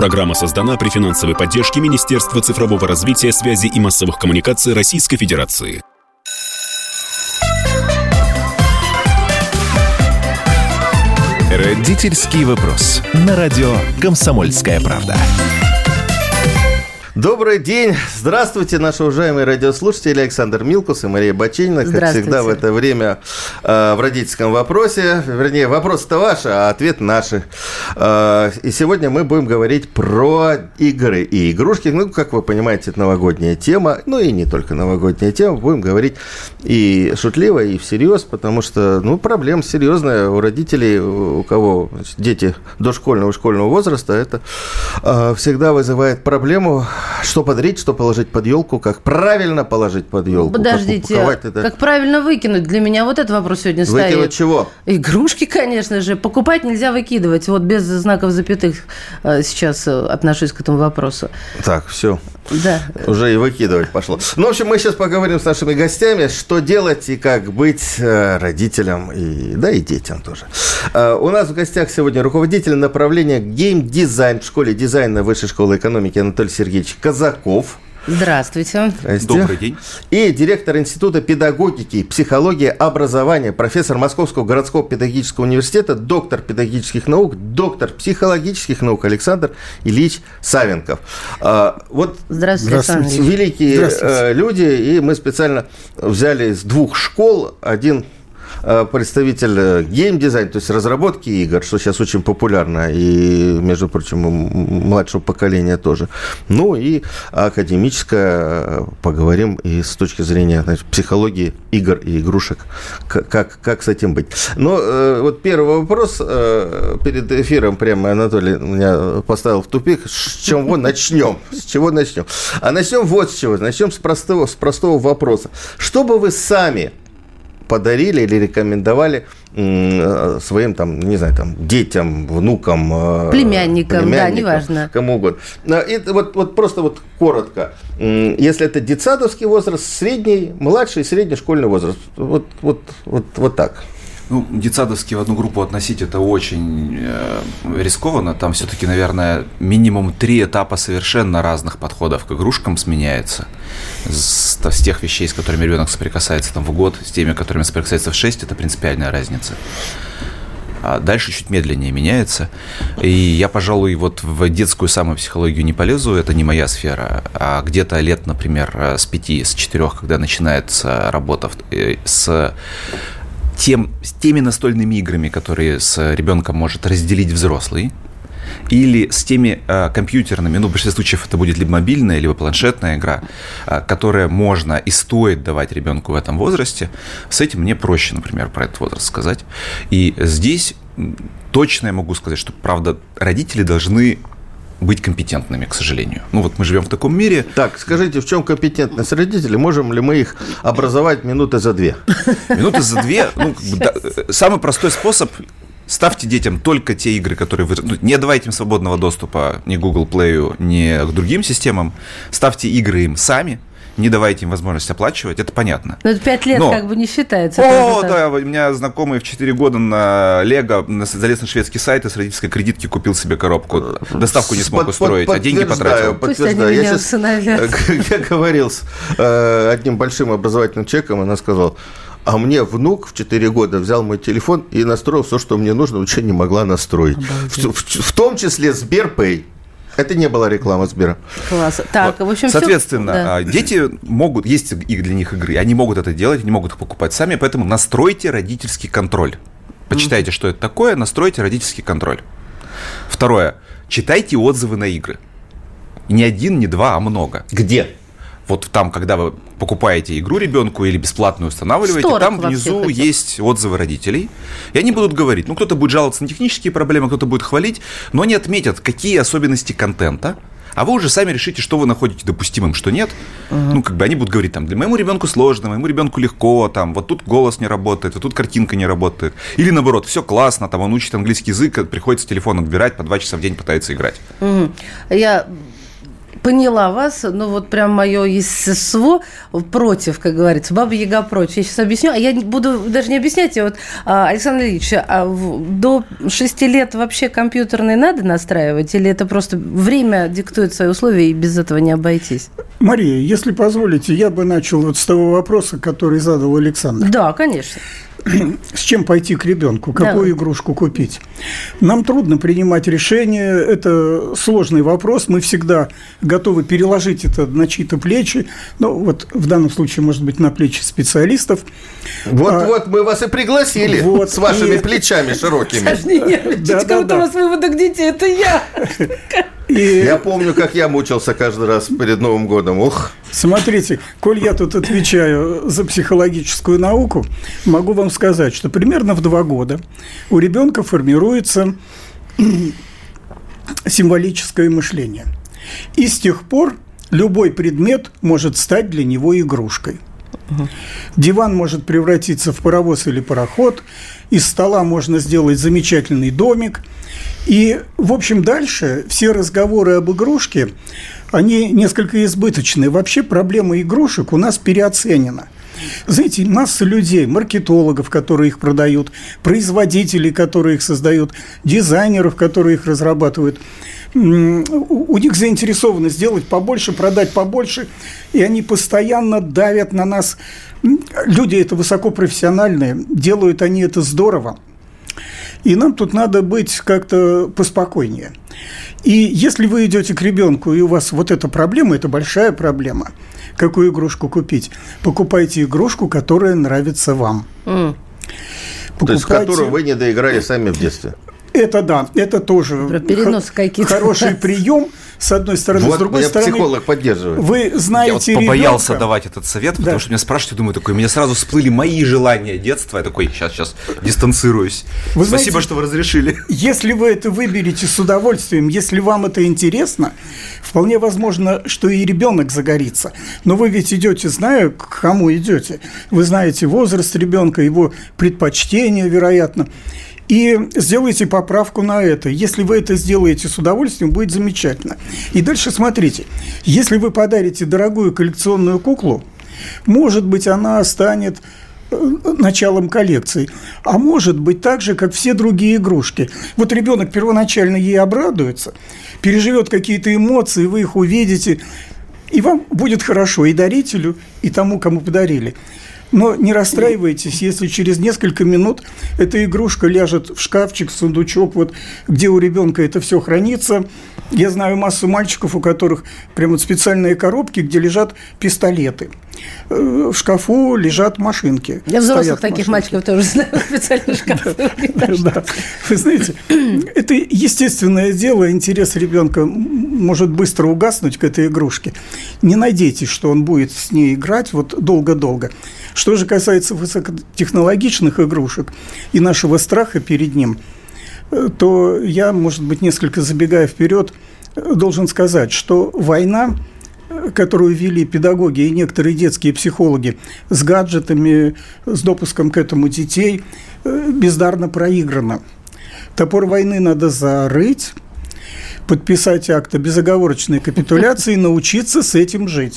Программа создана при финансовой поддержке Министерства цифрового развития, связи и массовых коммуникаций Российской Федерации. Родительский вопрос. На радио «Комсомольская правда». Добрый день. Здравствуйте, наши уважаемые радиослушатели. Александр Милкус и Мария Баченина, как всегда в это время в родительском вопросе. Вернее, вопрос-то ваш, а ответ наши. И сегодня мы будем говорить про игры и игрушки. Ну, как вы понимаете, это новогодняя тема. Ну, и не только новогодняя тема. Будем говорить и шутливо, и всерьез, потому что, проблема серьезная у родителей, у кого дети дошкольного и школьного возраста. Это всегда вызывает проблему. Что подарить, что положить под елку, как правильно положить под елку. Подождите, как правильно выкинуть? Для меня вот этот вопрос сегодня стоит. Выкинуть чего? Игрушки, конечно же. Покупать нельзя выкидывать. Вот без знаков запятых сейчас отношусь к этому вопросу. Так, все. Да. Уже и выкидывать пошло. В общем, мы сейчас поговорим с нашими гостями, что делать и как быть родителям, и детям тоже. У нас в гостях сегодня руководитель направления гейм-дизайн в школе дизайна Высшей школы экономики Анатолий Сергеевич Казаков. Здравствуйте. Добрый день. И директор Института педагогики и психологии образования, профессор Московского городского педагогического университета, доктор педагогических наук, доктор психологических наук Александр Ильич Савенков. Здравствуйте, Александр Ильич. Великие люди, и мы специально взяли из двух школ один представитель гейм-дизайна, то есть разработки игр, что сейчас очень популярно, и, между прочим, у младшего поколения тоже. И академическое поговорим и с точки зрения психологии игр и игрушек, как с этим быть. Вот первый вопрос перед эфиром прямо Анатолий меня поставил в тупик. С чего начнем? А начнем вот с чего. Начнем с простого вопроса. Что бы вы сами подарили или рекомендовали своим, детям, внукам, племянникам, неважно. Кому угодно. И просто коротко. Если это детсадовский возраст, средний, младший, средний школьный возраст. Вот так. Детсадовский в одну группу относить это очень рискованно. Там все-таки, наверное, минимум 3 этапа совершенно разных подходов к игрушкам сменяется. С тех вещей, с которыми ребенок соприкасается в год, с теми, которыми соприкасается в 6, это принципиальная разница. А дальше чуть медленнее меняется. И я, пожалуй, в детскую самую психологию не полезу, это не моя сфера. А где-то лет, например, с 5, с 4, когда начинается работа с теми настольными играми, которые с ребенком может разделить взрослый, или с теми компьютерными, в большинстве случаев это будет либо мобильная, либо планшетная игра, которая можно и стоит давать ребенку в этом возрасте, с этим мне проще, например, про этот возраст сказать. И здесь точно я могу сказать, что, правда, родители должны быть компетентными, к сожалению. Мы живем в таком мире. Так, скажите, в чем компетентность родителей? Можем ли мы их образовать минуты за 2? Минуты за 2? Самый простой способ: ставьте детям только те игры, которые вы... Не давайте им свободного доступа ни к Google Play, ни к другим системам. Ставьте игры им сами. Не давайте им возможность оплачивать, это понятно. Но это 5 лет не считается. У меня знакомый в 4 года на Лего залез на шведский сайт и с родительской кредитки купил себе коробку. Доставку не смог устроить, а деньги потратил. Подтверждаю. Я говорил с одним большим образовательным человеком, она сказала: а мне внук в 4 года взял мой телефон и настроил все, что мне нужно, вообще не могла настроить. В том числе Сберпэй. Это не была реклама Сбера. Класс. Так, в общем, соответственно, дети могут, есть для них игры, они могут это делать, они могут их покупать сами, поэтому настройте родительский контроль. Почитайте, что это такое, настройте родительский контроль. Второе. Читайте отзывы на игры. Не 1, не 2, а много. Где? Там, когда вы покупаете игру ребенку или бесплатно устанавливаете, там внизу есть отзывы родителей, и они будут говорить, кто-то будет жаловаться на технические проблемы, кто-то будет хвалить, но они отметят, какие особенности контента, а вы уже сами решите, что вы находите допустимым, что нет. Они будут говорить, для моему ребенку сложно, моему ребенку легко, вот тут голос не работает, вот тут картинка не работает. Или наоборот, все классно, он учит английский язык, приходится телефон отбирать, по 2 часа в день пытается играть. Я Поняла вас, но вот прям мое естество против, как говорится, Баба-Яга против. Я сейчас объясню, а я буду даже не объяснять. Вот, Александр Ильич, до 6 лет вообще компьютерные надо настраивать, или это просто время диктует свои условия, и без этого не обойтись? Мария, если позволите, я бы начал вот с того вопроса, который задал Александр. Да, конечно. С чем пойти к ребенку, какую игрушку купить? Нам трудно принимать решение, это сложный вопрос, мы всегда готовы переложить это на чьи-то плечи, ну вот в данном случае, может быть, на плечи специалистов. Вот мы вас и пригласили вот, с вашими плечами широкими. Саш, не нервничайте, кому-то у вас выводок детей, это я. Я помню, как я мучился каждый раз перед Новым годом. Ух. Смотрите, коль я тут отвечаю за психологическую науку, могу вам сказать, что примерно в 2 года у ребенка формируется символическое мышление. И с тех пор любой предмет может стать для него игрушкой. Диван может превратиться в паровоз или пароход, из стола можно сделать замечательный домик. И, в общем, дальше все разговоры об игрушке, они несколько избыточны. Вообще проблема игрушек у нас переоценена. Знаете, масса людей, маркетологов, которые их продают, производителей, которые их создают, дизайнеров, которые их разрабатывают. У них заинтересованы сделать побольше, продать побольше, и они постоянно давят на нас. Люди это высокопрофессиональные, делают они это здорово. И нам тут надо быть как-то поспокойнее. И если вы идете к ребенку, и у вас вот эта проблема, это большая проблема, какую игрушку купить? Покупайте игрушку, которая нравится вам. То есть, которую вы не доиграли сами в детстве. Это да, это тоже хороший прием, с одной стороны. Вот, с другой стороны, психолог поддерживает. Вы знаете я вот побоялся ребенка, давать этот совет, потому что меня спрашивают, я думаю, такой, мне сразу всплыли мои желания детства, я такой, сейчас дистанцируюсь. Вы Спасибо, знаете, что вы разрешили. Если вы это выберете с удовольствием, если вам это интересно, вполне возможно, что и ребенок загорится. Но вы ведь идете, зная, к кому идете. Вы знаете возраст ребенка, его предпочтения, вероятно. И сделайте поправку на это. Если вы это сделаете с удовольствием, будет замечательно. И дальше смотрите. Если вы подарите дорогую коллекционную куклу, может быть, она станет началом коллекции. А может быть, так же, как все другие игрушки. Вот ребенок первоначально ей обрадуется, переживет какие-то эмоции, вы их увидите, и вам будет хорошо и дарителю, и тому, кому подарили. Но не расстраивайтесь, если через несколько минут эта игрушка ляжет в шкафчик, в сундучок, вот, где у ребенка это все хранится. Я знаю массу мальчиков, у которых прям вот специальные коробки, где лежат пистолеты. В шкафу лежат машинки. Я взрослых таких мальчиков тоже знаю, специальный шкаф. Вы знаете, это естественное дело, интерес ребенка может быстро угаснуть к этой игрушке. Не надейтесь, что он будет с ней играть вот долго-долго. Что же касается высокотехнологичных игрушек и нашего страха перед ним, то я, может быть, несколько забегая вперед, должен сказать, что война, которую вели педагоги и некоторые детские психологи с гаджетами, с допуском к этому детей, бездарно проиграна. Топор войны надо зарыть, подписать акт о безоговорочной капитуляции и научиться с этим жить.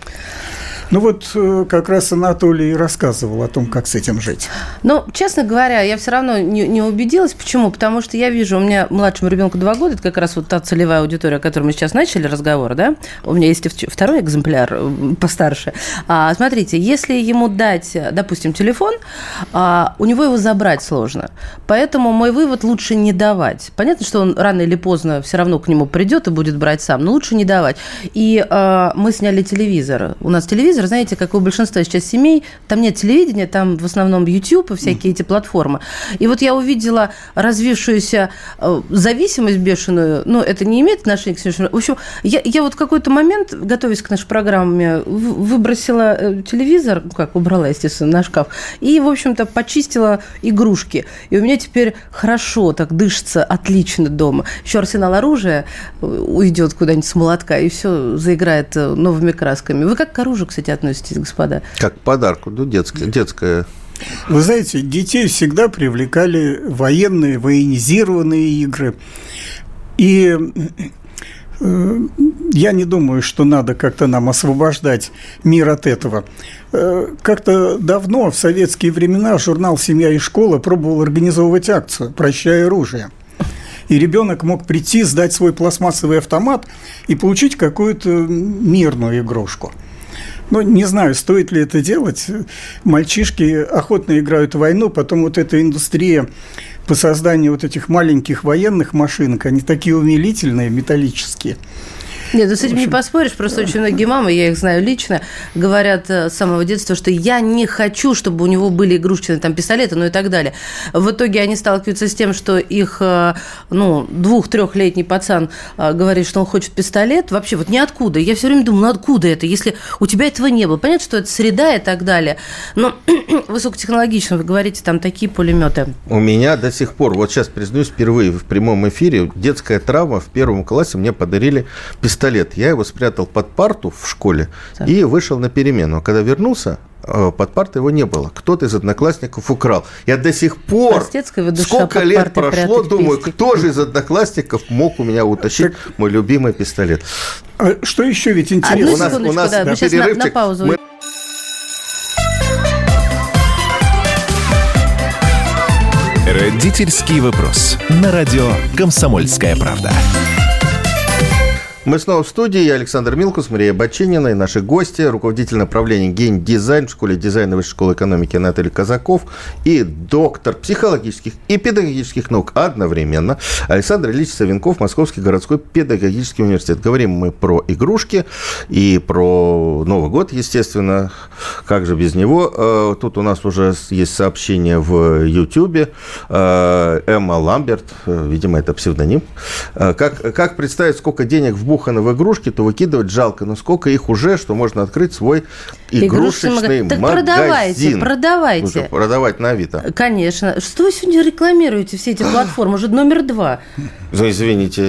Ну вот как раз Анатолий рассказывал о том, как с этим жить. Ну, честно говоря, я все равно не убедилась. Почему? Потому что я вижу, у меня младшему ребенку 2 года, это как раз вот та целевая аудитория, о которой мы сейчас начали разговор, да? У меня есть и второй экземпляр постарше. Смотрите, если ему дать, допустим, телефон, у него его забрать сложно. Поэтому мой вывод: лучше не давать. Понятно, что он рано или поздно все равно к нему придет и будет брать сам, но лучше не давать. И мы сняли телевизор. У нас телевизор, знаете, как у большинства сейчас семей, там нет телевидения, там в основном YouTube и всякие эти платформы. И вот я увидела развившуюся зависимость бешеную, но это не имеет отношения к сегодняшнему. В общем, я вот в какой-то момент, готовясь к нашей программе, выбросила телевизор, убрала, естественно, на шкаф, и, в общем-то, почистила игрушки. И у меня теперь хорошо так дышится, отлично дома. Еще арсенал оружия уйдет куда-нибудь с молотка, и все заиграет новыми красками. Вы как к оружию, кстати, относитесь, господа? Как к подарку, ну, детское. Вы знаете, детей всегда привлекали военные, военизированные игры. И я не думаю, что надо как-то нам освобождать мир от этого. Как-то давно, в советские времена, журнал «Семья и школа» пробовал организовывать акцию «Прощай оружие». И ребенок мог прийти, сдать свой пластмассовый автомат и получить какую-то мирную игрушку. Ну, не знаю, стоит ли это делать. Мальчишки охотно играют в войну, потом вот эта индустрия по созданию вот этих маленьких военных машинок, они такие умилительные, металлические. Нет, ну с этим не поспоришь, просто очень многие мамы, я их знаю лично, говорят с самого детства, что я не хочу, чтобы у него были игрушечные там пистолеты, ну и так далее. В итоге они сталкиваются с тем, что их, 2-3-летний пацан говорит, что он хочет пистолет, вообще вот ниоткуда. Я все время думаю, откуда это, если у тебя этого не было. Понятно, что это среда и так далее, но высокотехнологично, вы говорите, там такие пулеметы. У меня до сих пор, вот сейчас признаюсь, впервые в прямом эфире, детская травма, в 1 классе мне подарили пистолет. Я его спрятал под парту в школе и вышел на перемену. Когда вернулся, под партой его не было. Кто-то из одноклассников украл. Я до сих пор, сколько лет прошло, думаю, кто же из одноклассников мог у меня утащить мой любимый пистолет. А что еще ведь интересно? У нас да, перерывчик. На паузу. Родительский вопрос. На радио «Комсомольская правда». Мы снова в студии. Я Александр Милкус, Мария Баченина и наши гости, руководитель направления геймдизайн в школе дизайна Высшей школы экономики Анатолий Казаков и доктор психологических и педагогических наук одновременно Александр Ильич Савенков, Московский городской педагогический университет. Говорим мы про игрушки и про Новый год, естественно. Как же без него? Тут у нас уже есть сообщение в Ютьюбе. Эмма Ламберт, видимо, это псевдоним. Как представить, сколько денег вбухано в игрушки, то выкидывать жалко. Но сколько их уже, что можно открыть свой игрушечный так магазин. Продавайте. Ну, продавать на Авито. Конечно. Что вы сегодня рекламируете, все эти платформы? Уже номер 2. Извините,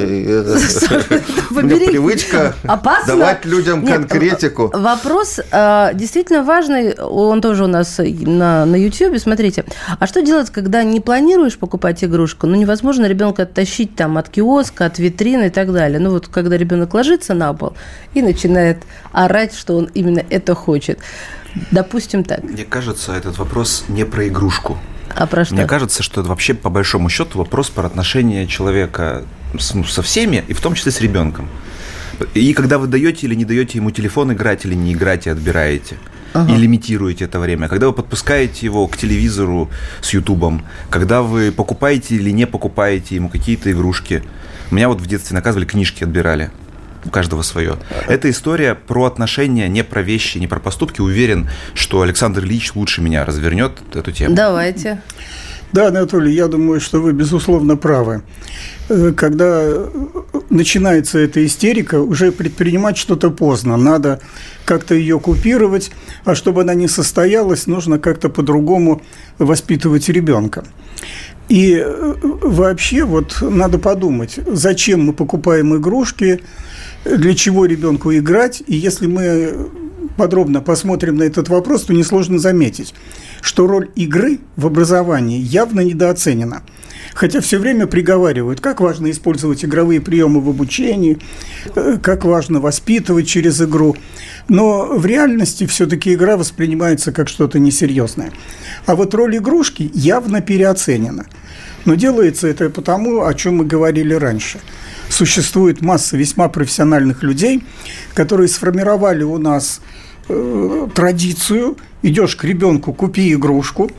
у меня привычка давать людям конкретику. Вопрос действительно важный. Он тоже у нас на YouTube. Смотрите. А что делать, когда не планируешь покупать игрушку? Ну, невозможно ребенка оттащить там от киоска, от витрины и так далее. Ну, вот когда ребенок ложится на пол и начинает орать, что он именно это хочет. Допустим так. Мне кажется, этот вопрос не про игрушку. А про что? Мне кажется, что это вообще, по большому счету, вопрос про отношения человека со всеми, и в том числе с ребенком. И когда вы даете или не даете ему телефон играть, или не играть и отбираете, и лимитируете это время, когда вы подпускаете его к телевизору с Ютубом, когда вы покупаете или не покупаете ему какие-то игрушки. Меня вот в детстве наказывали, книжки отбирали. У каждого свое. Эта история про отношения, не про вещи, не про поступки. Уверен, что Александр Ильич лучше меня развернет эту тему. Давайте. Да, Анатолий, я думаю, что вы, безусловно, правы. Когда начинается эта истерика, уже предпринимать что-то поздно. Надо как-то ее купировать, а чтобы она не состоялась, нужно как-то по-другому воспитывать ребенка. И вообще вот надо подумать, зачем мы покупаем игрушки, для чего ребенку играть. И если мы подробно посмотрим на этот вопрос, то несложно заметить, что роль игры в образовании явно недооценена. Хотя все время приговаривают, как важно использовать игровые приемы в обучении, как важно воспитывать через игру. Но в реальности все-таки игра воспринимается как что-то несерьезное. А вот роль игрушки явно переоценена. Но делается это потому, о чем мы говорили раньше. Существует масса весьма профессиональных людей, которые сформировали у нас традицию: идешь к ребенку, купи игрушку.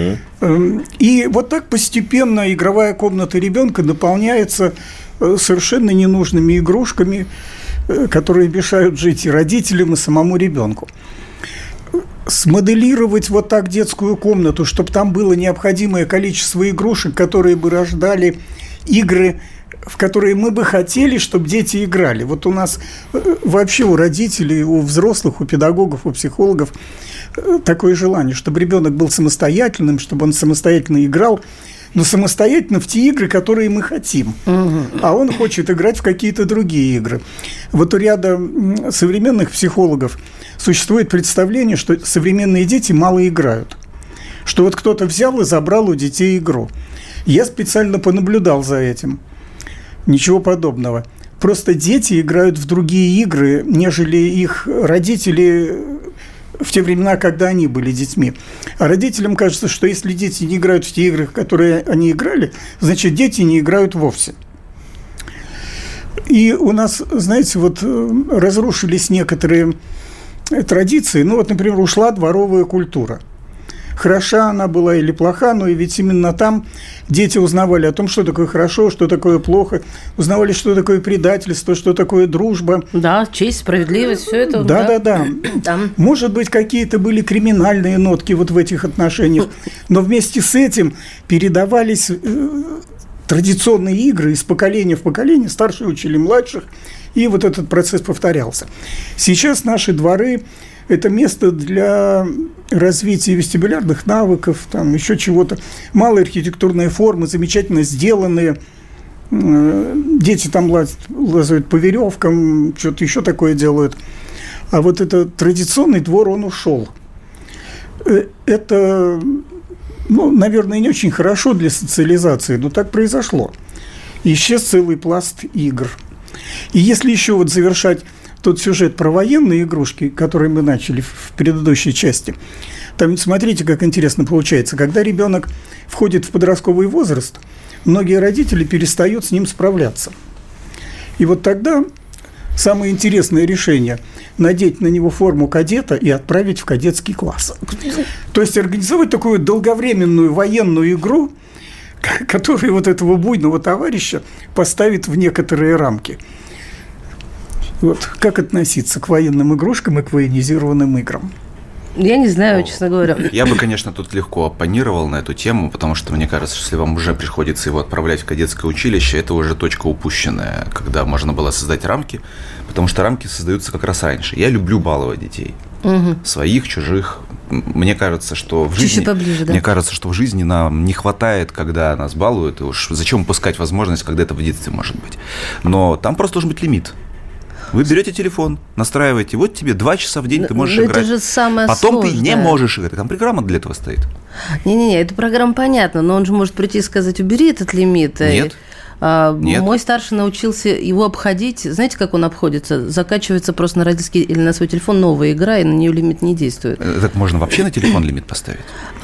И вот так постепенно игровая комната ребенка наполняется совершенно ненужными игрушками, которые мешают жить и родителям, и самому ребенку. Смоделировать вот так детскую комнату, чтобы там было необходимое количество игрушек, которые бы рождали игры, в которые мы бы хотели, чтобы дети играли. Вот у нас вообще у родителей, у взрослых, у педагогов, у психологов такое желание, чтобы ребенок был самостоятельным, чтобы он самостоятельно играл, но самостоятельно в те игры, которые мы хотим. А он хочет играть в какие-то другие игры. Вот у ряда современных психологов существует представление, что современные дети мало играют. Что вот кто-то взял и забрал у детей игру. Я специально понаблюдал за этим. Ничего подобного. Просто дети играют в другие игры, нежели их родители в те времена, когда они были детьми. А родителям кажется, что если дети не играют в те игры, в которые они играли, значит, дети не играют вовсе. И у нас, знаете, вот разрушились некоторые традиции. Ну, вот, например, ушла дворовая культура. Хороша она была или плоха, но и ведь именно там дети узнавали о том, что такое хорошо, что такое плохо, узнавали, что такое предательство, что такое дружба. Да, честь, справедливость, все это. Да. Может быть, какие-то были криминальные нотки вот в этих отношениях, но вместе с этим передавались традиционные игры из поколения в поколение, старшие учили младших, и вот этот процесс повторялся. Сейчас наши дворы – это место для развития вестибулярных навыков, там еще чего-то. Малые архитектурные формы, замечательно сделанные. Дети там лазают по веревкам, что-то еще такое делают. А вот этот традиционный двор, он ушел. Это, наверное, не очень хорошо для социализации, но так произошло. Исчез целый пласт игр. И если еще вот завершать тот сюжет про военные игрушки, который мы начали в предыдущей части, там смотрите, как интересно получается. Когда ребенок входит в подростковый возраст, многие родители перестают с ним справляться. И вот тогда самое интересное решение – надеть на него форму кадета и отправить в кадетский класс. То есть организовать такую долговременную военную игру, которая вот этого буйного товарища поставит в некоторые рамки. Вот как относиться к военным игрушкам и к военизированным играм? Я не знаю, честно говоря. Я бы, конечно, тут легко оппонировал на эту тему, потому что мне кажется, что если вам уже приходится его отправлять в кадетское училище, это уже точка упущенная, когда можно было создать рамки, потому что рамки создаются как раз раньше. Я люблю баловать детей. Своих, чужих. Мне кажется, что в жизни, поближе, да? Мне кажется, что в жизни нам не хватает, когда нас балуют, и уж зачем упускать возможность, когда это в детстве может быть. Но там просто должен быть лимит. Вы берете телефон, настраиваете, вот тебе 2 часа в день ты можешь играть. Это же самое Потом сложное. ты не можешь играть. Там программа для этого стоит. Не-не-не, эта программа понятна, но он же может прийти и сказать, убери этот лимит. Нет. Нет. Мой старший научился его обходить. Знаете, как он обходится? Закачивается просто на родительский или на свой телефон новая игра, и на нее лимит не действует. Так можно вообще на телефон лимит поставить?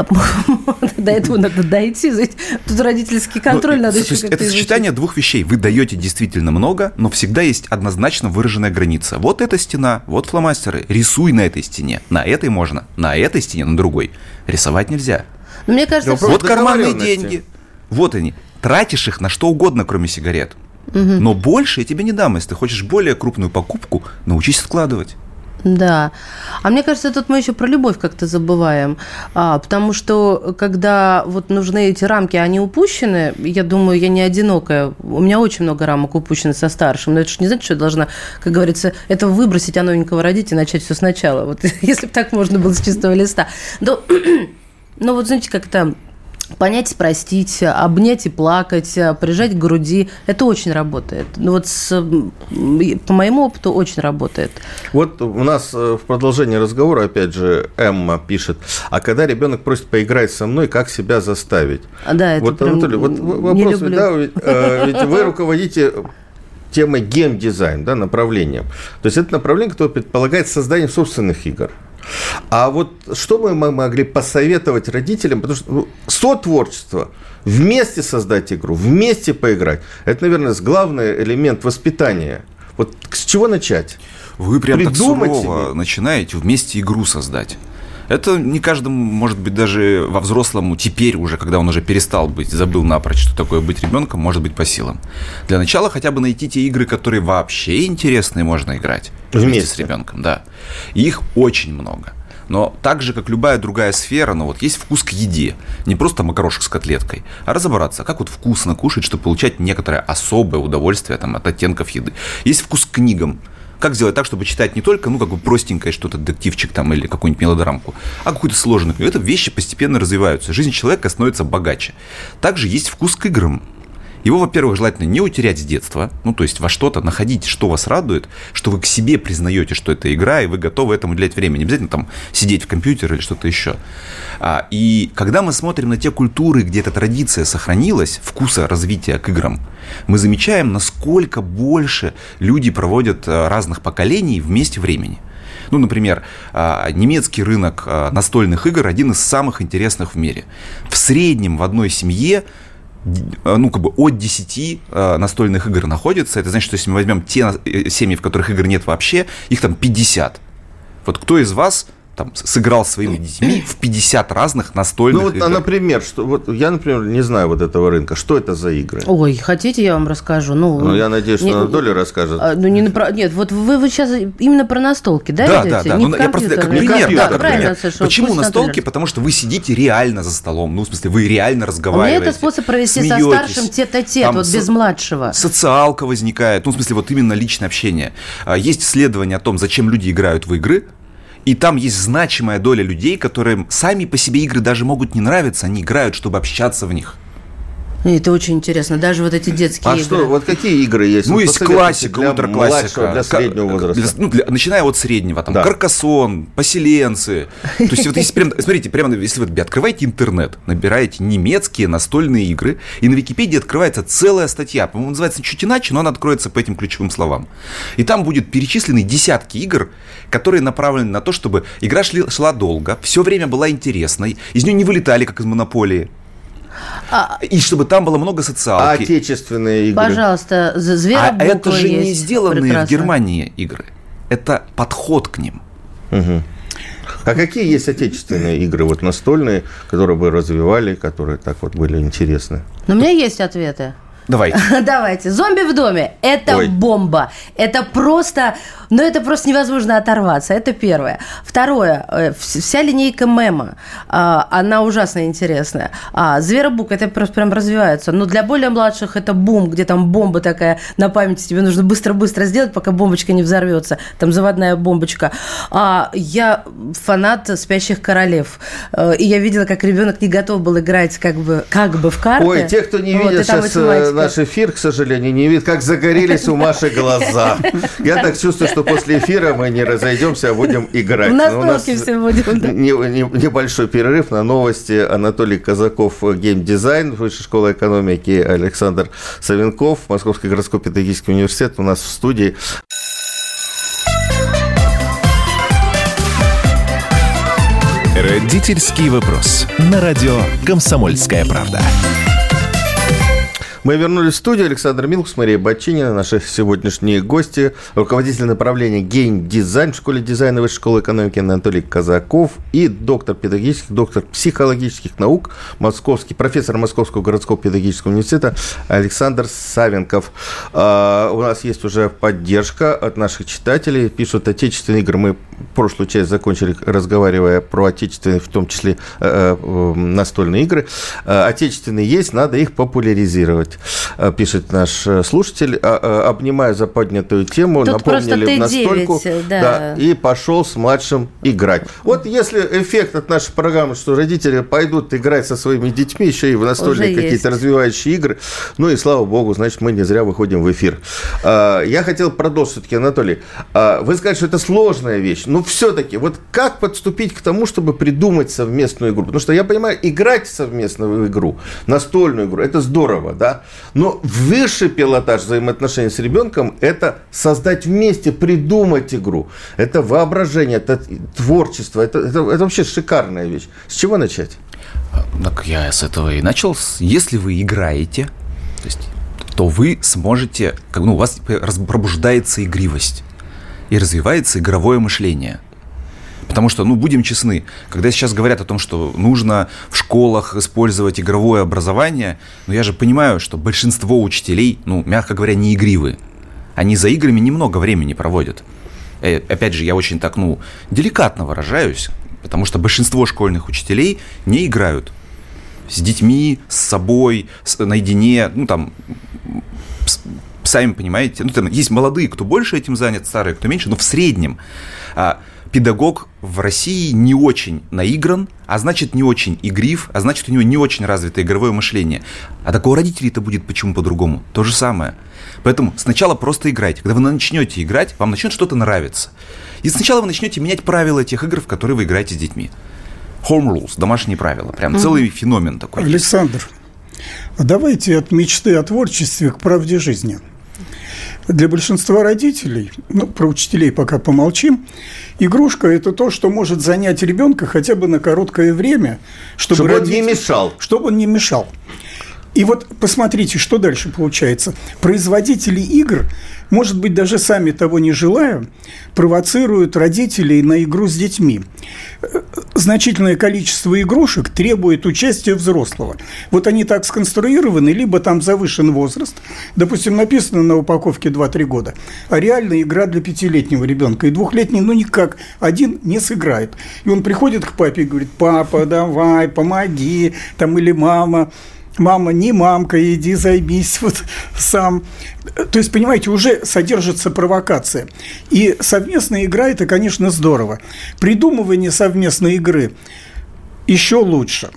До этого надо дойти. Тут родительский контроль надо еще как-то Это сочетание двух вещей. Вы даете действительно много, но всегда есть однозначно выраженная граница. Вот эта стена, вот фломастеры. Рисуй на этой стене. На этой можно, на этой стене, на другой. Рисовать нельзя. Но мне кажется, вот карманные деньги. Вот они. Тратишь их на что угодно, кроме сигарет. Но больше я тебе не дам. Если ты хочешь более крупную покупку, научись откладывать. Да. А мне кажется, тут мы еще про любовь как-то забываем. Потому что, когда вот нужны эти рамки, они упущены, я думаю, я не одинокая. У меня очень много рамок упущено со старшим. Но это же не значит, что я должна, как говорится, этого выбросить, а новенького родить и начать все сначала. Вот если бы так можно было с чистого листа. Но вот знаете, как-то понять, простить, обнять и плакать, прижать к груди. Это очень работает. Ну вот по моему опыту очень работает. Вот у нас в продолжении разговора, опять же, Эмма пишет, а когда ребенок просит поиграть со мной, как себя заставить? Да, это вот, прям Анатолий, вот вопрос, да, ведь вы руководите темой геймдизайн, да, направлением. То есть это направление, которое предполагает создание собственных игр. А вот что мы могли посоветовать родителям? Потому что сотворчество, вместе создать игру, вместе поиграть, это, наверное, главный элемент воспитания. Вот с чего начать? Вы прям Придумать так сурово начинаете вместе игру создать. Это не каждому, может быть, даже во взрослому теперь уже, когда он уже перестал быть, забыл напрочь, что такое быть ребенком, может быть по силам. Для начала хотя бы найти те игры, которые вообще интересные, можно играть вместе с ребенком. Да. И их очень много. Но так же, как любая другая сфера, вот есть вкус к еде. Не просто макарошек с котлеткой, а разобраться, как вот вкусно кушать, чтобы получать некоторое особое удовольствие от оттенков еды. Есть вкус к книгам. Как сделать так, чтобы читать не только, как бы простенькое что-то, детективчик там или какую-нибудь мелодрамку, а какую-то сложную книгу. Это вещи постепенно развиваются. Жизнь человека становится богаче. Также есть вкус к играм. Его, во-первых, желательно не утерять с детства, ну, то есть во что-то находить, что вас радует, что вы к себе признаете, что это игра, и вы готовы этому уделять время. Не обязательно там сидеть в компьютере или что-то еще. И когда мы смотрим на те культуры, где эта традиция сохранилась, вкуса развития к играм, мы замечаем, насколько больше люди проводят разных поколений вместе времени. Ну, например, немецкий рынок настольных игр один из самых интересных в мире. В среднем в одной семье от 10 настольных игр находится. Это значит, что если мы возьмем те семьи, в которых игр нет вообще, их там 50. Вот кто из вас там сыграл своими детьми в 50 разных настольных игр? Например, я, например, не знаю вот этого рынка. Что это за игры? Ой, хотите, я вам расскажу? Я надеюсь, что Анатолий расскажет. Нет, вот вы сейчас именно про настолки, да, ведете? Да. Не я просто как пример. Почему настолки? Например. Потому что вы сидите реально за столом. Ну, в смысле, вы реально разговариваете. У меня это способ провести смеетесь, со старшим тет-а-тет, вот без младшего. Социалка возникает. Ну, в смысле, вот именно личное общение. Есть исследования о том, зачем люди играют в игры. И там есть значимая доля людей, которым сами по себе игры даже могут не нравиться, они играют, чтобы общаться в них. Это очень интересно, даже вот эти детские игры. Что, вот какие игры есть? Ну, есть классика, для ультраклассика. Для среднего возраста. Начиная от среднего, там, Каркасон, Поселенцы. То есть, вот если смотрите, прямо если вы открываете интернет, набираете немецкие настольные игры, и на Википедии открывается целая статья, по-моему, называется чуть иначе, но она откроется по этим ключевым словам. И там будет перечислены десятки игр, которые направлены на то, чтобы игра шла долго, все время была интересной, из нее не вылетали, как из «Монополии». И чтобы там было много социалки. Отечественные игры. Пожалуйста, Зверобуква есть. Это же не сделанные прекрасно. в Германии игры. Это подход к ним. Угу. А какие есть отечественные игры, вот настольные, которые бы развивали, которые так вот были интересны? Но у меня есть ответы. Давайте. «Зомби в доме» – это бомба. Это просто невозможно оторваться. Это первое. Второе. Вся линейка мема. Она ужасно интересная. «Зверобук» – это просто прям развивается. Но для более младших это «Бум», где там бомба такая на памяти. Тебе нужно быстро-быстро сделать, пока бомбочка не взорвется. Там заводная бомбочка. Я фанат «Спящих королев». И я видела, как ребенок не готов был играть как бы в карты. Ой, те, кто не видит сейчас наш эфир, к сожалению, не видит, как загорелись у Маши глаза. Я так чувствую, что после эфира мы не разойдемся, а будем играть. В настолки все будем. Небольшой перерыв на новости. Анатолий Казаков, геймдизайн, Высшая школа экономики, Александр Савенков, Московский городской педагогический университет у нас в студии. Родительский вопрос. На радио «Комсомольская правда». Мы вернулись в студию. Александр Милкус, Мария Бочинина, наши сегодняшние гости, руководитель направления геймдизайн в школе дизайна Высшей школы экономики Анатолий Казаков и доктор психологических наук, профессор Московского городского педагогического университета Александр Савенков. У нас есть уже поддержка от наших читателей. Пишут отечественные игры. Мы прошлую часть закончили, разговаривая про отечественные, в том числе настольные игры. Отечественные есть, надо их популяризировать. Пишет наш слушатель. Обнимаю за поднятую тему. Тут напомнили настольку. Да. И пошел с младшим играть. Вот если эффект от нашей программы, что родители пойдут играть со своими детьми, еще и в настольные какие-то развивающие игры, ну и слава богу, значит, мы не зря выходим в эфир. Я хотел продолжить все-таки, Анатолий. Вы сказали, что это сложная вещь, но все-таки вот как подступить к тому, чтобы придумать совместную игру? Потому что я понимаю, играть совместно в игру, настольную игру, это здорово, да? Но высший пилотаж взаимоотношений с ребенком – это создать вместе, придумать игру. Это воображение, это творчество, это вообще шикарная вещь. С чего начать? Так я с этого и начал. Если вы играете, то вы сможете, у вас пробуждается игривость и развивается игровое мышление. Потому что, будем честны, когда сейчас говорят о том, что нужно в школах использовать игровое образование, я же понимаю, что большинство учителей, мягко говоря, не игривы. Они за играми немного времени проводят. Опять же, я очень так, деликатно выражаюсь, потому что большинство школьных учителей не играют с детьми, с собой, наедине, сами понимаете, есть молодые, кто больше этим занят, старые, кто меньше, но в среднем педагог в России не очень наигран, а значит, не очень игрив, а значит, у него не очень развито игровое мышление. А так у родителей-то будет почему по-другому? То же самое. Поэтому сначала просто играйте. Когда вы начнете играть, вам начнет что-то нравиться. И сначала вы начнете менять правила тех игр, в которые вы играете с детьми. Home rules, домашние правила. Прям целый феномен такой. Александр, давайте от мечты о творчестве к правде жизни. Для большинства родителей, про учителей пока помолчим, игрушка – это то, что может занять ребенка хотя бы на короткое время, чтобы он не мешал. Чтобы он не мешал. И вот посмотрите, что дальше получается. Производители игр, может быть, даже сами того не желая, провоцируют родителей на игру с детьми. Значительное количество игрушек требует участия взрослого. Вот они так сконструированы, либо там завышен возраст, допустим, написано на упаковке 2-3 года, а реально игра для 5-летнего ребенка. И 2-летний, никак, один не сыграет. И он приходит к папе и говорит: папа, давай, помоги, или мама, не мамка, иди займись сам. То есть, понимаете, уже содержится провокация. И совместная игра – это, конечно, здорово. Придумывание совместной игры еще лучше.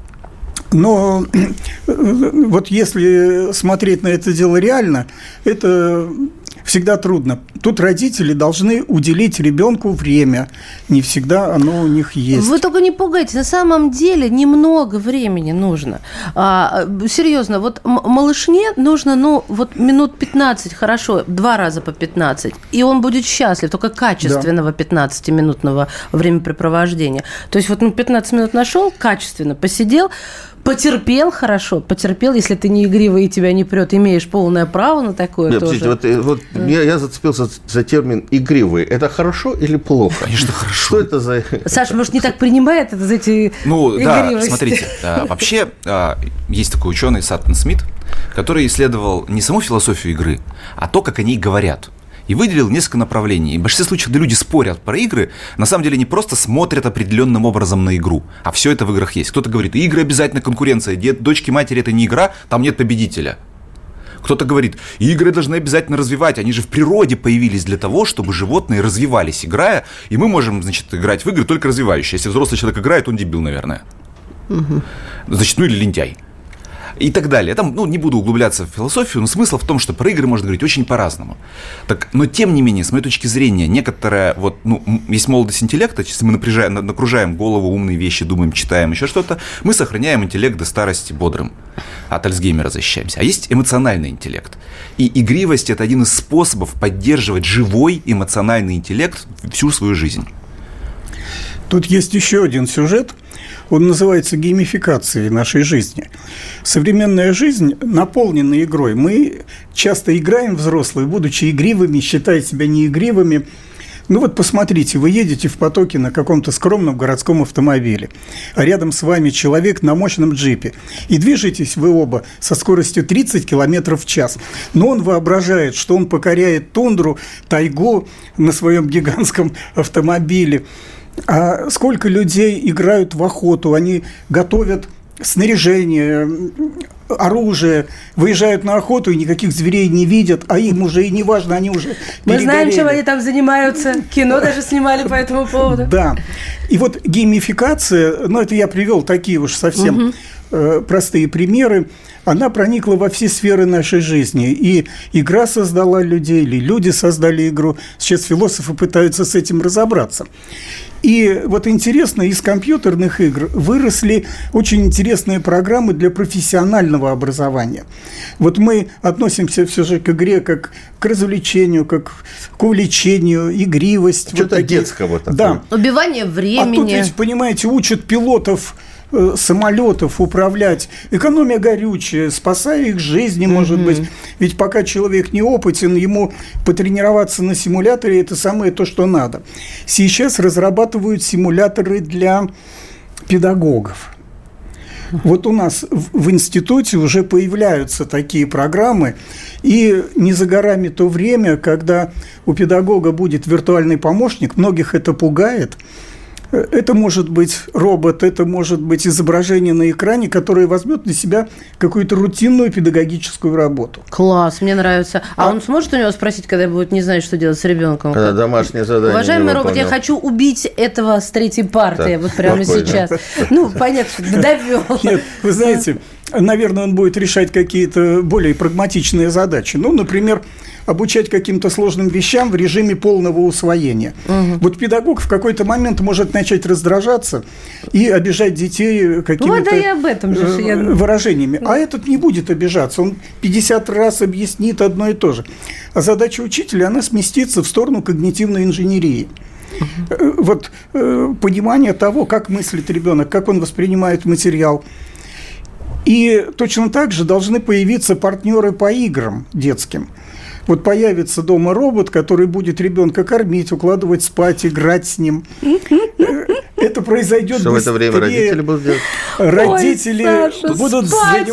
Но вот если смотреть на это дело реально, это всегда трудно. Тут родители должны уделить ребенку время. Не всегда оно у них есть. Вы только не пугайте. На самом деле немного времени нужно. Серьезно, малышне нужно, минут 15, хорошо, 2 раза по 15. И он будет счастлив, только качественного 15-минутного времяпрепровождения. То есть 15 минут нашел, качественно посидел, потерпел хорошо, если ты не игривый и тебя не прет, имеешь полное право на такое. Нет, тоже. Я зацепился за термин «игривый». Это хорошо или плохо? Конечно, хорошо. Что это за... Саша, может, не так принимает это за эти игривости? Да, смотрите. Вообще, есть такой ученый Саттон Смит, который исследовал не саму философию игры, а то, как о ней говорят. И выделил несколько направлений. И в большинстве случаев, когда люди спорят про игры, на самом деле не просто смотрят определенным образом на игру, а все это в играх есть. Кто-то говорит: игры обязательно конкуренция, дочки матери – это не игра, там нет победителя. Кто-то говорит: игры должны обязательно развивать, они же в природе появились для того, чтобы животные развивались, играя, и мы можем, играть в игры только развивающие. Если взрослый человек играет, он дебил, наверное. Значит, или лентяй. И так далее. Там, не буду углубляться в философию, но смысл в том, что про игры можно говорить очень по-разному. Но, тем не менее, с моей точки зрения, некоторая, есть молодость интеллекта, если мы нагружаем голову умные вещи, думаем, читаем, еще что-то, мы сохраняем интеллект до старости бодрым. От Альцгеймера защищаемся. А есть эмоциональный интеллект. И игривость – это один из способов поддерживать живой эмоциональный интеллект всю свою жизнь. Тут есть еще один сюжет. Он называется геймификацией нашей жизни. Современная жизнь наполнена игрой. Мы часто играем, взрослые, будучи игривыми, считая себя неигривыми. Посмотрите, вы едете в потоке на каком-то скромном городском автомобиле, а рядом с вами человек на мощном джипе. И движетесь вы оба со скоростью 30 км в час. Но он воображает, что он покоряет тундру, тайгу на своем гигантском автомобиле. А сколько людей играют в охоту, они готовят снаряжение, оружие, выезжают на охоту и никаких зверей не видят, а им уже и не важно, они уже Мы знаем, чем они там занимаются, кино даже снимали по этому поводу. Да, и геймификация, это я привел такие уж совсем простые примеры, она проникла во все сферы нашей жизни. И игра создала людей, или люди создали игру. Сейчас философы пытаются с этим разобраться. И интересно, из компьютерных игр выросли очень интересные программы для профессионального образования. Мы относимся все же к игре как к развлечению, как к увлечению, игривость. Что-то детского такого. Да. Убивание времени. А тут ведь, понимаете, учат пилотов самолетов управлять, экономия горючее, спасая их жизни, может быть. Ведь пока человек неопытен, ему потренироваться на симуляторе – это самое то, что надо. Сейчас разрабатывают симуляторы для педагогов. У нас в институте уже появляются такие программы, и не за горами то время, когда у педагога будет виртуальный помощник, многих это пугает. Это может быть робот, это может быть изображение на экране, которое возьмет на себя какую-то рутинную педагогическую работу. Класс, мне нравится. А он сможет у него спросить, когда будет не знать, что делать с ребенком? Когда домашнее задание. Уважаемый робот, я хочу убить этого с третьей парты, вот прямо сейчас. Ну, понятно, довел. Нет, вы знаете, наверное, он будет решать какие-то более прагматичные задачи. Ну, например, обучать каким-то сложным вещам в режиме полного усвоения. Вот педагог в какой-то момент может начать раздражаться и обижать детей какими-то выражениями. А этот не будет обижаться. Он 50 раз объяснит одно и то же. А задача учителя, она сместится в сторону когнитивной инженерии. Вот понимание того, как мыслит ребенок, как он воспринимает материал. И точно так же должны появиться партнеры по играм детским. Вот появится дома робот, который будет ребенка кормить, укладывать спать, играть с ним. Это произойдет быстрее. Что в это время родители будут делать? Родители будут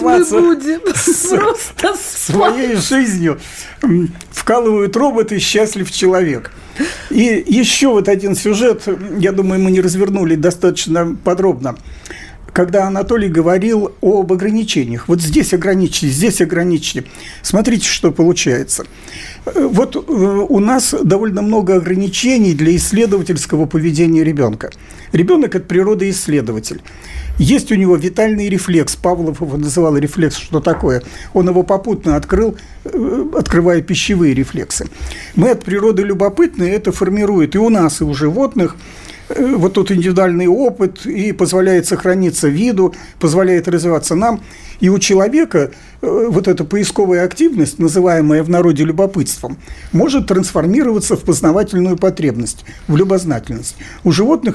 заниматься своей жизнью. Вкалывают роботы, счастлив человек. И еще вот один сюжет, я думаю, мы не развернули достаточно подробно. Когда Анатолий говорил об ограничениях. Вот здесь ограничили, здесь ограничили. Смотрите, что получается. Вот у нас довольно много ограничений для исследовательского поведения ребенка. Ребенок от природы исследователь. Есть у него витальный рефлекс. Павлов его называл рефлекс, что такое. Он его попутно открыл, открывая пищевые рефлексы. Мы от природы любопытны, это формирует и у нас, и у животных. Вот тут индивидуальный опыт и позволяет сохраниться виду, позволяет развиваться нам. И у человека вот эта поисковая активность, называемая в народе любопытством, может трансформироваться в познавательную потребность, в любознательность. У животных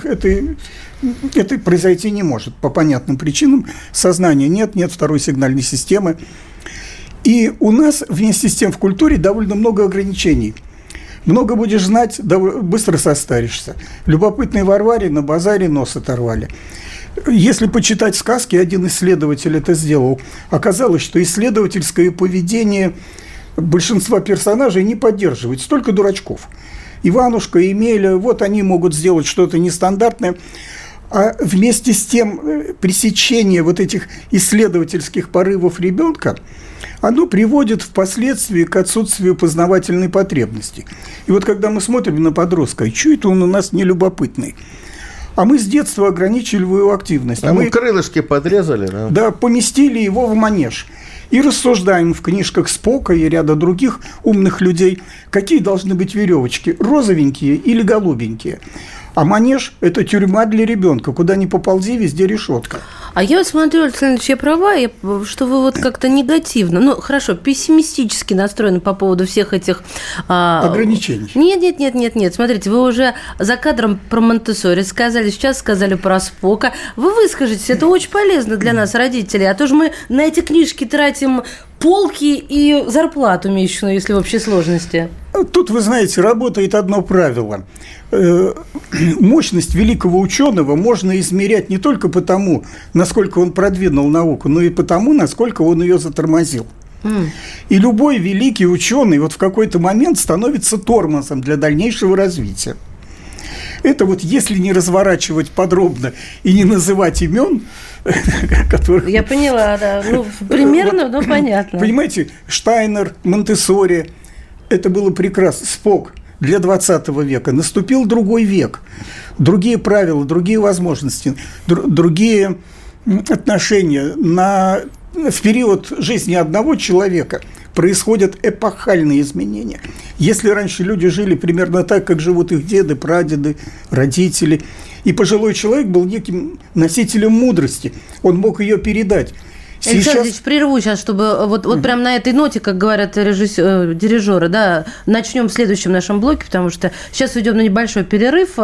это произойти не может по понятным причинам. Сознания нет второй сигнальной системы. И у нас вместе с тем в культуре довольно много ограничений. Много будешь знать, быстро состаришься. Любопытной Варваре на базаре нос оторвали. Если почитать сказки, один исследователь это сделал. Оказалось, что исследовательское поведение большинства персонажей не поддерживает. Столько дурачков. Иванушка, Емеля, вот они могут сделать что-то нестандартное. А вместе с тем пресечение вот этих исследовательских порывов ребенка, оно приводит впоследствии к отсутствию познавательной потребности. И вот когда мы смотрим на подростка, что это он у нас нелюбопытный? А мы с детства ограничили его активность. А мы крылышки подрезали. Да, поместили его в манеж. И рассуждаем в книжках Спока и ряда других умных людей, какие должны быть веревочки, розовенькие или голубенькие. А манеж – это тюрьма для ребенка. Куда ни поползи, везде решетка. А я вот смотрю, Александр Ильич, я права, что вы вот как-то негативно, ну, хорошо, пессимистически настроены по поводу всех этих… ограничений. Нет. Смотрите, вы уже за кадром про Монтессори сказали, сейчас сказали про Спока. Вы выскажитесь, это очень полезно для нас, родителей. А то же мы на эти книжки тратим полки и зарплату месячную, если в общей сложности. Тут, вы знаете, работает одно правило. Мощность великого ученого можно измерять не только потому, насколько он продвинул науку, но и потому, насколько он ее затормозил. И любой великий ученый вот в какой-то момент становится тормозом для дальнейшего развития. Это вот если не разворачивать подробно и не называть имен, которых… Я поняла, да. Ну, примерно, но понятно. Понимаете, Штайнер, Монтессори, это было прекрасно. Спок для 20 века. Наступил другой век. Другие правила, другие возможности, другие отношения. В период жизни одного человека происходят эпохальные изменения. Если раньше люди жили примерно так, как живут их деды, прадеды, родители, и пожилой человек был неким носителем мудрости, он мог ее передать. Александр Ильич, прерву сейчас, чтобы вот прям на этой ноте, как говорят дирижеры, да, начнем в следующем нашем блоке, потому что сейчас уйдем на небольшой перерыв.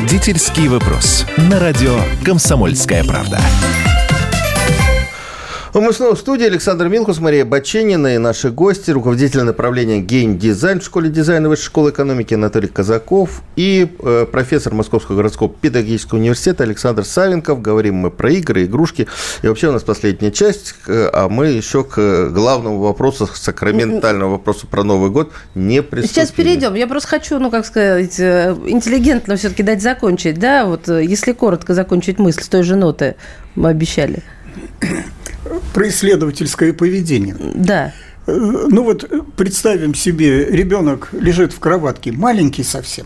Родительский вопрос. На радио «Комсомольская правда». Мы снова в студии. Александр Милкус, Мария Баченина и наши гости, руководитель направления геймдизайн в школе дизайна Высшей школы экономики Анатолий Казаков и профессор Московского городского педагогического университета Александр Савенков. Говорим мы про игры, игрушки. И вообще у нас последняя часть, а мы еще к главному вопросу, сакраментальному вопросу про Новый год не приступили. Сейчас перейдем. Я просто хочу, интеллигентно все-таки дать закончить, да, вот если коротко закончить мысль с той же ноты, мы обещали. Про исследовательское поведение. Да. Представим себе, ребенок лежит в кроватке, маленький совсем.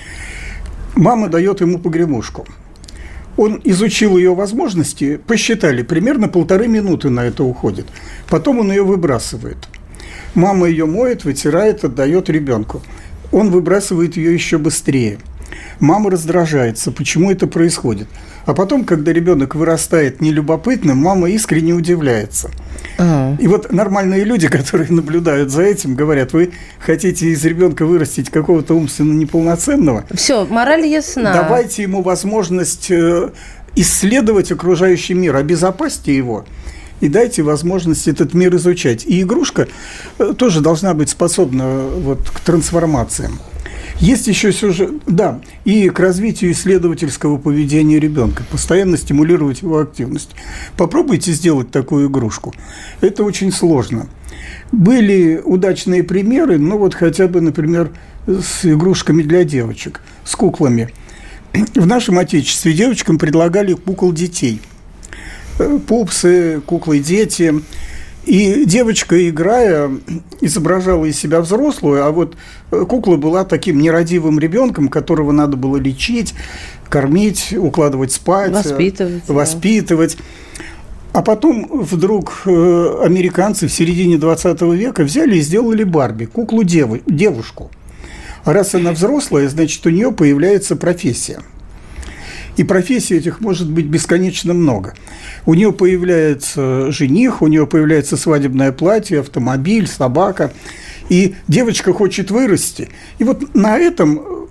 Мама дает ему погремушку. Он изучил ее возможности, посчитали, примерно 1,5 минуты на это уходит. Потом он ее выбрасывает. Мама ее моет, вытирает, отдает ребенку. Он выбрасывает ее еще быстрее. Мама раздражается, почему это происходит. А потом, когда ребенок вырастает нелюбопытным, мама искренне удивляется. И вот нормальные люди, которые наблюдают за этим, говорят: вы хотите из ребенка вырастить какого-то умственно неполноценного? Все, мораль ясна. Давайте ему возможность исследовать окружающий мир, обезопасьте его и дайте возможность этот мир изучать. И игрушка тоже должна быть способна к трансформациям. Есть еще сюжет, да, и к развитию исследовательского поведения ребенка, постоянно стимулировать его активность. Попробуйте сделать такую игрушку. Это очень сложно. Были удачные примеры, хотя бы, например, с игрушками для девочек, с куклами. В нашем отечестве девочкам предлагали кукол детей. Пупсы, куклы-дети. И девочка, играя, изображала из себя взрослую, а кукла была таким нерадивым ребенком, которого надо было лечить, кормить, укладывать спать, воспитывать. А потом вдруг американцы в середине 20 века взяли и сделали Барби, куклу-девушку. А раз она взрослая, значит, у нее появляется профессия. И профессий этих может быть бесконечно много. У нее появляется жених, у нее появляется свадебное платье, автомобиль, собака. И девочка хочет вырасти. И на этом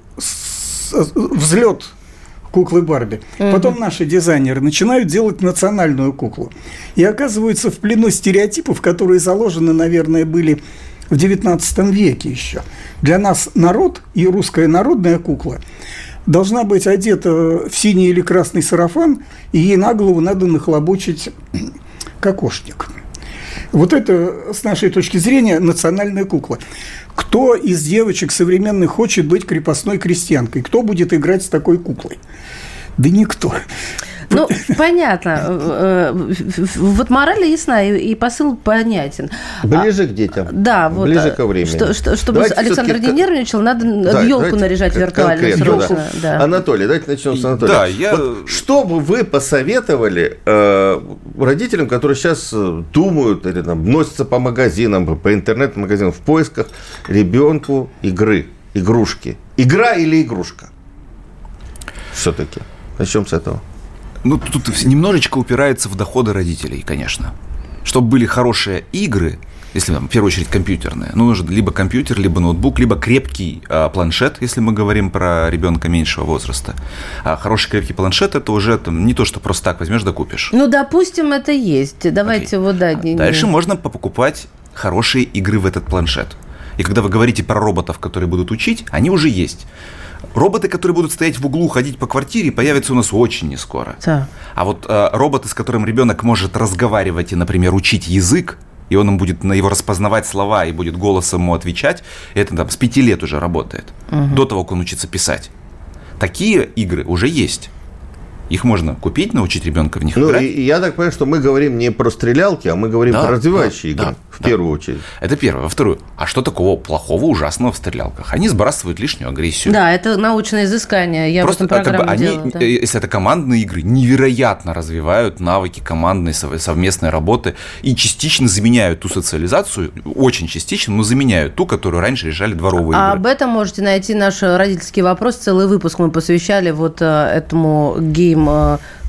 взлет куклы Барби. Потом наши дизайнеры начинают делать национальную куклу. И оказываются в плену стереотипов, которые заложены, наверное, были в XIX веке еще. Для нас народ и русская народная кукла должна быть одета в синий или красный сарафан, и ей на голову надо нахлобучить кокошник. Это, с нашей точки зрения, национальная кукла. Кто из девочек современных хочет быть крепостной крестьянкой? Кто будет играть с такой куклой? Да никто. Понятно. Мораль ясна, и посыл понятен. Ближе к детям. Да, ближе ко времени. Чтобы давайте Александр не нервничал, надо елку наряжать виртуально срочно. Да. Анатолий, давайте начнем с Анатолия. Что бы вы посоветовали родителям, которые сейчас думают или носятся по магазинам, по интернет-магазинам в поисках ребенку игрушки? Игра или игрушка? Все-таки. Начнем с этого. Тут немножечко упирается в доходы родителей, конечно. Чтобы были хорошие игры, если в первую очередь компьютерные, нужен либо компьютер, либо ноутбук, либо крепкий планшет, если мы говорим про ребенка меньшего возраста. А хороший крепкий планшет – это уже не то, что просто так возьмешь да купишь. Допустим, это есть. Давайте Дальше можно покупать хорошие игры в этот планшет. И когда вы говорите про роботов, которые будут учить, они уже есть. Роботы, которые будут стоять в углу, ходить по квартире, появятся у нас очень нескоро. Да. А роботы, с которым ребенок может разговаривать и, например, учить язык, и он будет на его распознавать слова и будет голосом ему отвечать, это с 5 лет уже работает, до того, как он учится писать. Такие игры уже есть. Их можно купить, научить ребенка в них играть. Я так понимаю, что мы говорим не про стрелялки, а мы говорим про развивающие игры, в первую очередь. Это первое. Во-вторых, а что такого плохого, ужасного в стрелялках? Они сбрасывают лишнюю агрессию. Да, это научное изыскание. Я просто в этом программу делала. Если это командные игры, невероятно развивают навыки командной совместной работы и частично заменяют ту социализацию, очень частично, но заменяют ту, которую раньше решали дворовые игры. Об этом можете найти наш родительский вопрос. Целый выпуск мы посвящали этому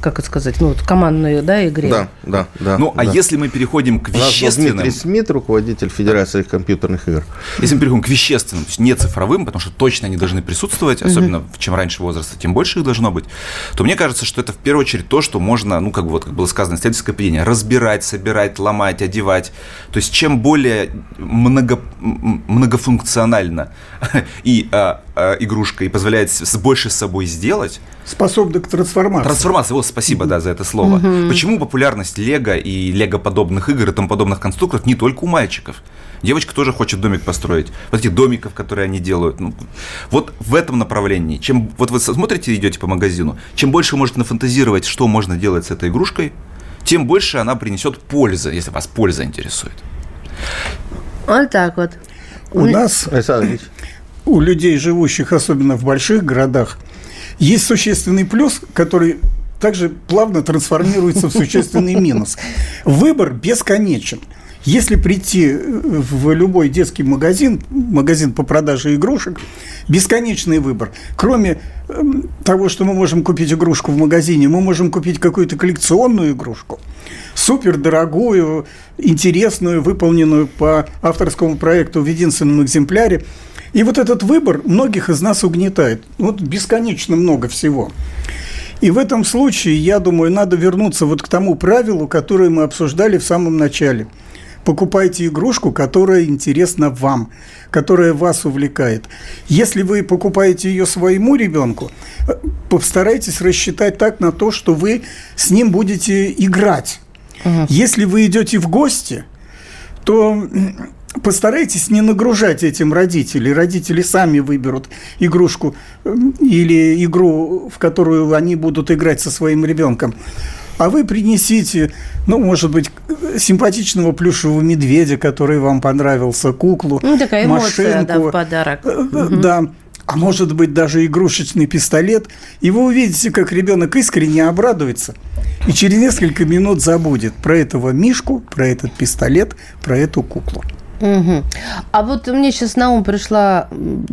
как это сказать, ну, вот командной, да, игре. Да. А если мы переходим к вещественным... Дмитрий Смит, руководитель Федерации компьютерных игр. Если мы переходим к вещественным, то есть не цифровым, потому что точно они должны присутствовать, особенно чем раньше возраста, тем больше их должно быть, то мне кажется, что это в первую очередь то, что можно, ну, как было сказано, исследовательское поведение, разбирать, собирать, ломать, одевать. То есть чем более многофункционально и игрушка и позволяет больше с собой сделать. Способна к трансформации. Трансформация, вот спасибо, за это слово. Почему популярность Лего и Лего-подобных игр и тому подобных конструкторов не только у мальчиков? Девочка тоже хочет домик построить. Вот этих домиков, которые они делают. Ну, вот в этом направлении. Вот вы смотрите, идете по магазину, чем больше вы можете нафантазировать, что можно делать с этой игрушкой, тем больше она принесет пользы, если вас польза интересует. Вот так вот. У нас, у людей, живущих особенно в больших городах, есть существенный плюс, который также плавно трансформируется в существенный минус. Выбор бесконечен. Если прийти в любой детский магазин по продаже игрушек, бесконечный выбор. Кроме того, что мы можем купить игрушку в магазине, мы можем купить какую-то коллекционную игрушку, супердорогую, интересную, выполненную по авторскому проекту в единственном экземпляре. И вот этот выбор многих из нас угнетает. Вот бесконечно много всего. И в этом случае, я думаю, надо вернуться вот к тому правилу, которое мы обсуждали в самом начале. Покупайте игрушку, которая интересна вам, которая вас увлекает. Если вы покупаете ее своему ребенку, постарайтесь рассчитать так на то, что вы с ним будете играть. Если вы идете в гости, то постарайтесь не нагружать этим родителей. Родители сами выберут игрушку или игру, в которую они будут играть со своим ребенком. А вы принесите, ну, может быть, симпатичного плюшевого медведя, который вам понравился, куклу, такая эмоция, машинку. Да, в подарок. Да. А может быть, даже игрушечный пистолет. И вы увидите, как ребенок искренне обрадуется и через несколько минут забудет про этого мишку, про этот пистолет, про эту куклу. А вот мне сейчас на ум пришла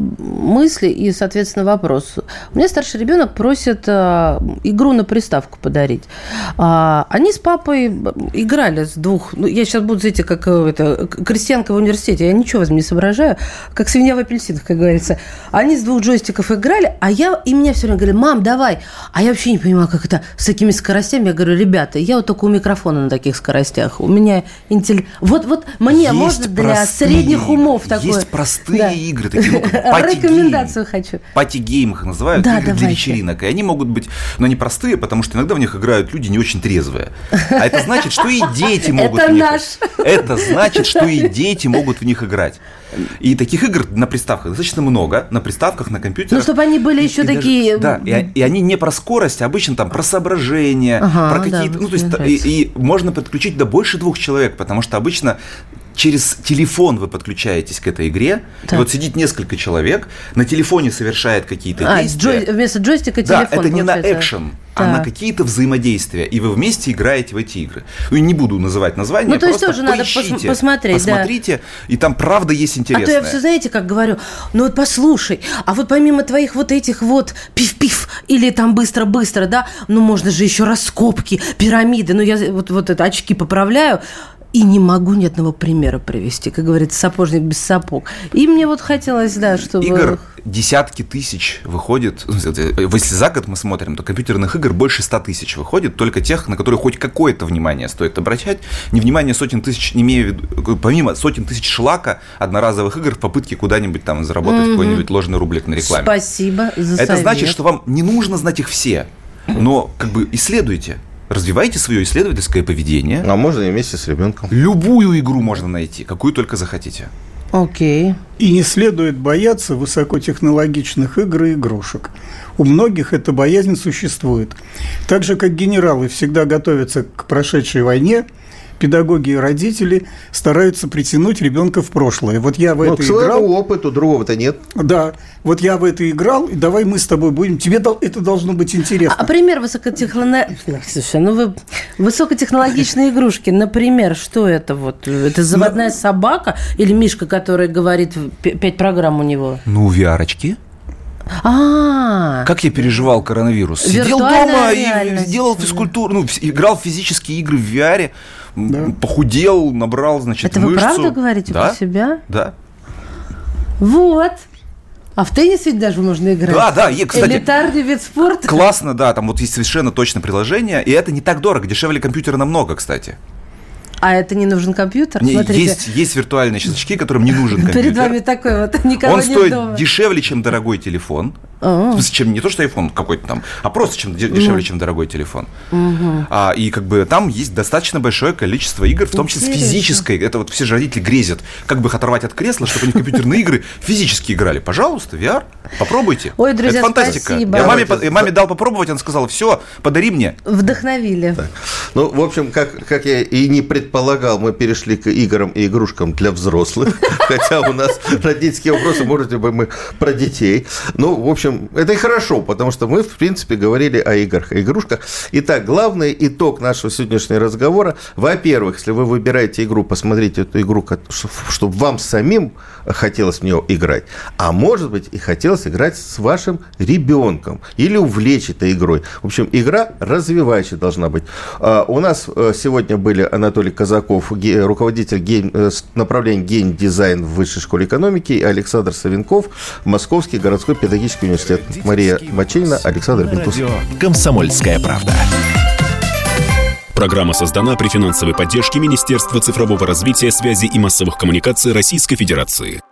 мысль и, соответственно, вопрос. У меня старший ребенок просит игру на приставку подарить. Они с папой играли с двух... Ну, я сейчас буду, знаете, как крестьянка в университете. Я ничего не соображаю. Как свинья в апельсинах, как говорится. Они с двух джойстиков играли, и меня все время говорили: мам, давай. А я вообще не понимаю, как это с такими скоростями. Я говорю: ребята, я вот только у микрофона на таких скоростях. У меня Вот мне есть можно для средних умов такое. Есть простые игры, такие, как пати-гейм. Рекомендацию хочу. Пати-гейм их называют, игры для вечеринок. И они могут быть, но они простые, потому что иногда в них играют люди не очень трезвые. А это значит, что и дети могут в них играть. Это значит, что и дети могут в них играть. И таких игр на приставках достаточно много, на приставках, на компьютерах. Ну, чтобы они были еще такие... Да, и они не про скорость, а обычно там про соображение, про какие-то... Ну, то есть, и можно подключить до больше 2 человек, потому что обычно через телефон вы подключаетесь к этой игре, и вот сидит несколько человек, на телефоне совершает какие-то действия. Вместо джойстика телефон. Да, это не на экшен, а на какие-то взаимодействия, и вы вместе играете в эти игры. Ну, я не буду называть название, то есть просто тоже поищите, надо посмотрите, и там правда есть интересное. А то я все, знаете, как говорю, ну вот послушай, а вот помимо твоих вот этих вот пиф-пиф или там быстро-быстро, да, ну можно же еще раскопки, пирамиды, ну я вот это очки поправляю, и не могу ни одного примера привести, как говорится, сапожник без сапог. И мне вот хотелось, да, чтобы... Игр десятки тысяч выходит. Если за год мы смотрим, то компьютерных игр больше 100 тысяч выходит, только тех, на которые хоть какое-то внимание стоит обращать. Не внимание сотен тысяч, не имея в виду, помимо сотен тысяч шлака одноразовых игр в попытке куда-нибудь там заработать какой-нибудь ложный рублик на рекламе. Спасибо за совет. Это значит, что вам не нужно знать их все, но как бы исследуйте. Развивайте свое исследовательское поведение. А можно и вместе с ребенком. Любую игру можно найти, какую только захотите. Окей. И не следует бояться высокотехнологичных игр и игрушек. У многих эта боязнь существует. Так же, как генералы всегда готовятся к прошедшей войне, педагоги и родители стараются притянуть ребенка в прошлое. Вот я в это играл. К своему опыту, другого-то нет. Да, вот я в это играл, и давай мы с тобой будем. Тебе это должно быть интересно. А пример высокотехнологичные игрушки, например, что это вот? Это заводная собака или мишка, который говорит 5 программ у него? Ну, VR-очки. Как я переживал коронавирус. Сидел дома и делал физкультуру, играл в физические игры в VR, похудел, набрал, мышцу. Это вы правда говорите про себя? Да. Вот. А в теннис ведь даже можно играть. Да, кстати. Элитарный вид спорта. Классно, да, там вот есть совершенно точное приложение, и это не так дорого, дешевле компьютера намного, кстати. А это не нужен компьютер? Смотрите. Есть виртуальные очки, которым не нужен компьютер. Перед вами такой вот, никого Он нет стоит дома. дешевле, чем дорогой телефон. Чем не то, что iPhone какой-то там, а просто дешевле, чем дорогой телефон. И как бы там есть достаточно большое количество игр, в том числе с физической. Это вот все же родители грезят, как бы их оторвать от кресла, чтобы они в компьютерные игры физически играли. Пожалуйста, VR, попробуйте. Ой, друзья, это фантастика. спасибо. Я маме дал попробовать, она сказала, все, подари мне. Вдохновили. Так. В общем, как я и не предполагал, мы перешли к играм и игрушкам для взрослых, хотя у нас родительские вопросы, может быть, мы про детей. В общем, это и хорошо, потому что мы, в принципе, говорили о играх и игрушках. Итак, главный итог нашего сегодняшнего разговора. Во-первых, если вы выбираете игру, посмотрите эту игру, чтобы вам самим хотелось в нее играть. А может быть, и хотелось играть с вашим ребенком или увлечь этой игрой. В общем, игра развивающая должна быть. У нас сегодня были Анатолий Казаков, руководитель направления геймдизайн в Высшей школе экономики, и Александр Савенков, Московский городской педагогический университет. Мария Маченина, Александр Бентусов. «Комсомольская правда». Программа создана при финансовой поддержке Министерства цифрового развития, связи и массовых коммуникаций Российской Федерации.